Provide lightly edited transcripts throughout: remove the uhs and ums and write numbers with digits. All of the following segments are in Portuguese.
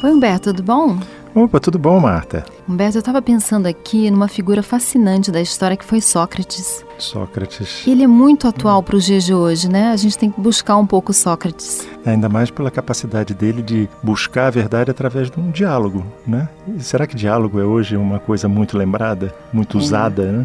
Oi, Humberto, tudo bom? Opa, tudo bom, Marta? Humberto, eu estava pensando aqui numa figura fascinante da história que foi Sócrates. Sócrates. Ele é muito atual para os dias de hoje, né? A gente tem que buscar um pouco Sócrates. Ainda mais pela capacidade dele de buscar a verdade através de um diálogo, né? E será que diálogo é hoje uma coisa muito lembrada, muito usada, né?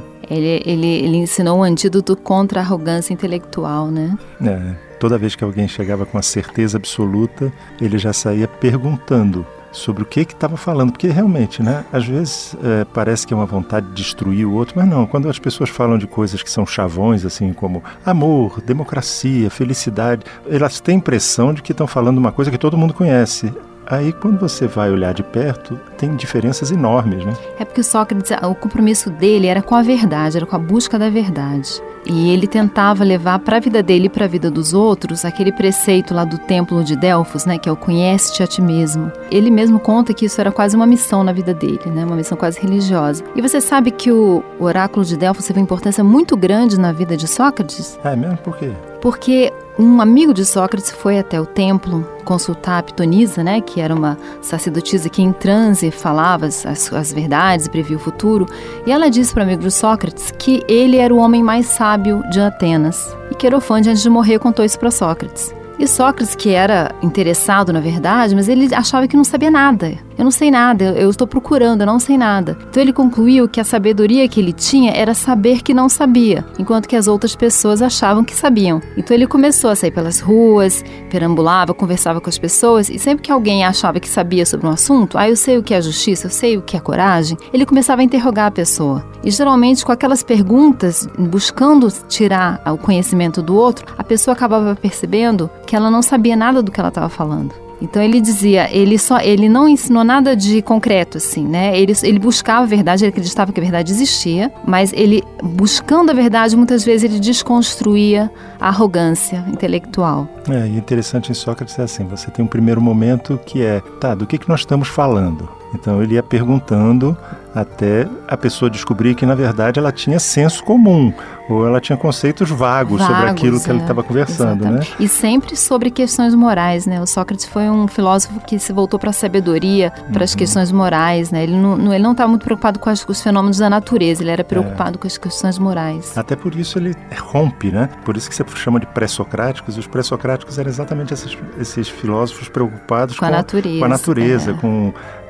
Ele ensinou um antídoto contra a arrogância intelectual, né? Toda vez que alguém chegava com a certeza absoluta, ele já saía perguntando sobre o que estava falando, porque realmente, né, às vezes parece que é uma vontade de destruir o outro, mas não, quando as pessoas falam de coisas que são chavões, assim como amor, democracia, felicidade, elas têm a impressão de que estão falando uma coisa que todo mundo conhece. Aí, quando você vai olhar de perto, tem diferenças enormes, né? É porque Sócrates, o compromisso dele era com a verdade, era com a busca da verdade. E ele tentava levar para a vida dele e para a vida dos outros aquele preceito lá do templo de Delfos, né, que é o conhece-te a ti mesmo. Ele mesmo conta que isso era quase uma missão na vida dele, né, uma missão quase religiosa. E você sabe que o oráculo de Delfos teve uma importância muito grande na vida de Sócrates? É mesmo? Por quê? Porque um amigo de Sócrates foi até o templo consultar a Pitonisa, né, que era uma sacerdotisa que em transe falava as verdades e previa o futuro. E ela disse para o amigo de Sócrates que ele era o homem mais sábio de Atenas. E Querofante, antes de morrer, contou isso para Sócrates. E Sócrates, que era interessado na verdade, mas ele achava que não sabia nada. Eu não sei nada, eu estou procurando, eu não sei nada. Então ele concluiu que a sabedoria que ele tinha era saber que não sabia, enquanto que as outras pessoas achavam que sabiam. Então ele começou a sair pelas ruas, perambulava, conversava com as pessoas, e sempre que alguém achava que sabia sobre um assunto, eu sei o que é a justiça, eu sei o que é a coragem, ele começava a interrogar a pessoa. E geralmente com aquelas perguntas, buscando tirar o conhecimento do outro, a pessoa acabava percebendo que ela não sabia nada do que ela estava falando. Então ele dizia, ele não ensinou nada de concreto, assim, né? Ele buscava a verdade, ele acreditava que a verdade existia, mas ele, buscando a verdade, muitas vezes ele desconstruía a arrogância intelectual. E interessante em Sócrates é assim, você tem um primeiro momento que é, do que nós estamos falando? Então ele ia perguntando até a pessoa descobrir que, na verdade, ela tinha senso comum, ou ela tinha conceitos vagos sobre aquilo que ele estava conversando, exatamente, né? E sempre sobre questões morais, né? O Sócrates foi um filósofo que se voltou para a sabedoria, para as questões morais, né? Ele não estava muito preocupado com os fenômenos da natureza, ele era preocupado com as questões morais. Até por isso ele rompe, né? Por isso que você chama de pré-socráticos. Os pré-socráticos eram exatamente esses filósofos preocupados com a natureza, com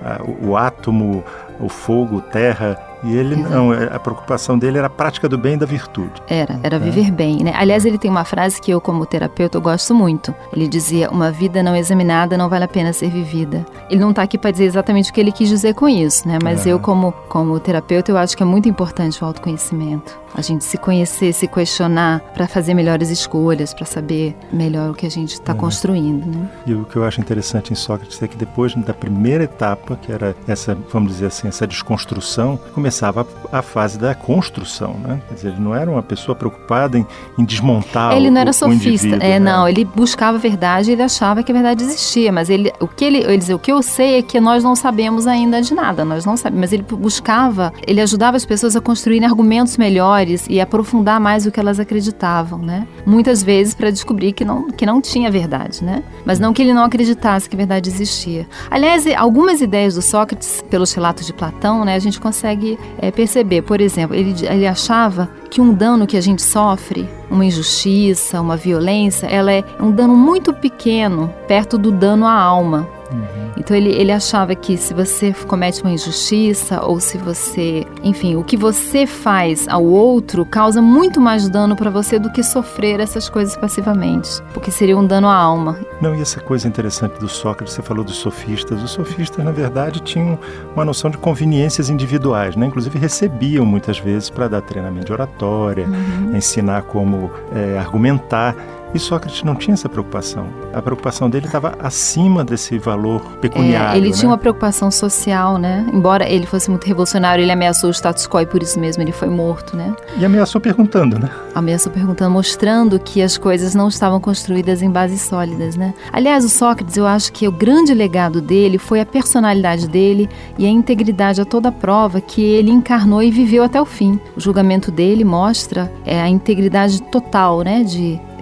o átomo, o fogo, terra. E ele não, a preocupação dele era a prática do bem e da virtude. Era viver bem, né? Aliás, ele tem uma frase que eu, como terapeuta, eu gosto muito. Ele dizia, uma vida não examinada não vale a pena ser vivida. Ele não está aqui para dizer exatamente o que ele quis dizer com isso, né? Mas eu, como terapeuta, eu acho que é muito importante o autoconhecimento. A gente se conhecer, se questionar para fazer melhores escolhas, para saber melhor o que a gente está construindo, né? E o que eu acho interessante em Sócrates é que depois da primeira etapa, que era essa, vamos dizer assim, essa desconstrução, começava a fase da construção, né? Quer dizer, ele não era uma pessoa preocupada em desmontar ele não era sofista, né? Não, ele buscava a verdade e ele achava que a verdade existia, mas o que eu sei é que nós não sabemos ainda de nada, nós não sabemos, mas ele buscava, ele ajudava as pessoas a construírem argumentos melhores e aprofundar mais o que elas acreditavam, né? Muitas vezes para descobrir que não tinha verdade, né? Mas não que ele não acreditasse que a verdade existia. Aliás, algumas ideias do Sócrates, pelos relatos de Platão, né, a gente consegue perceber. Por exemplo, ele achava que um dano que a gente sofre, uma injustiça, uma violência, ela é um dano muito pequeno perto do dano à alma. Então ele achava que se você comete uma injustiça ou se você, enfim, o que você faz ao outro causa muito mais dano para você do que sofrer essas coisas passivamente, porque seria um dano à alma. Não, e essa coisa interessante do Sócrates, você falou dos sofistas. Os sofistas, na verdade, tinham uma noção de conveniências individuais, né? Inclusive recebiam muitas vezes para dar treinamento de oratória, ensinar como argumentar. E Sócrates não tinha essa preocupação. A preocupação dele estava acima desse valor pecuniário. Ele tinha uma preocupação social, né? Embora ele fosse muito revolucionário, ele ameaçou o status quo e por isso mesmo ele foi morto, né? E ameaçou perguntando, né? Ameaçou perguntando, mostrando que as coisas não estavam construídas em bases sólidas, né? Aliás, o Sócrates, eu acho que o grande legado dele foi a personalidade dele e a integridade a toda prova que ele encarnou e viveu até o fim. O julgamento dele mostra a integridade total, né?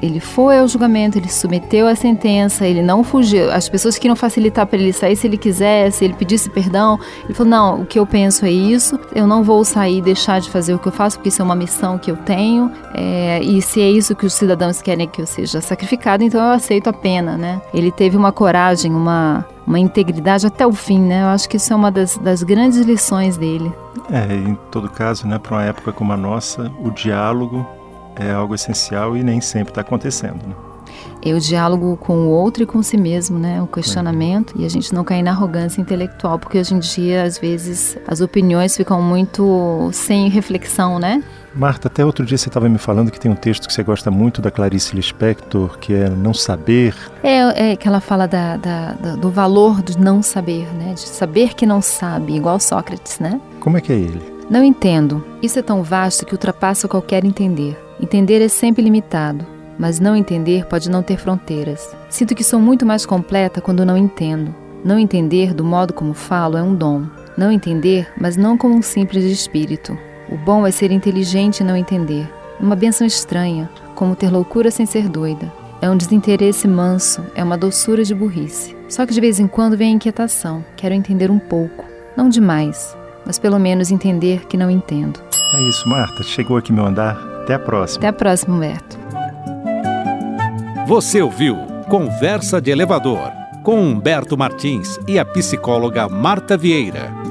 Ele foi ao julgamento, ele submeteu a sentença, ele não fugiu. As pessoas queriam facilitar para ele sair se ele quisesse, ele pedisse perdão. Ele falou, não, o que eu penso é isso, eu não vou sair e deixar de fazer o que eu faço, porque isso é uma missão que eu tenho, e se é isso que os cidadãos querem que eu seja sacrificado, então eu aceito a pena, né? Ele teve uma coragem, uma integridade até o fim, né? Eu acho que isso é uma das grandes lições dele. Em todo caso, né, para uma época como a nossa, o diálogo é algo essencial e nem sempre está acontecendo, né? É o diálogo com o outro e com si mesmo, né? O questionamento, e a gente não cair na arrogância intelectual, porque hoje em dia, às vezes, as opiniões ficam muito sem reflexão, né? Marta, até outro dia você estava me falando que tem um texto que você gosta muito da Clarice Lispector, que é Não Saber. É que ela fala do valor do não saber, né? De saber que não sabe, igual Sócrates, né? Como é que é ele? Não entendo. Isso é tão vasto que ultrapassa qualquer entender. Entender é sempre limitado, mas não entender pode não ter fronteiras. Sinto que sou muito mais completa quando não entendo. Não entender do modo como falo é um dom. Não entender, mas não como um simples espírito. O bom é ser inteligente e não entender. É uma bênção estranha, como ter loucura sem ser doida. É um desinteresse manso, é uma doçura de burrice. Só que de vez em quando vem a inquietação. Quero entender um pouco, não demais, mas pelo menos entender que não entendo. É isso, Marta. Chegou aqui meu andar. Até a próxima. Até a próxima, Humberto. Você ouviu Conversa de Elevador, com Humberto Martins e a psicóloga Marta Vieira.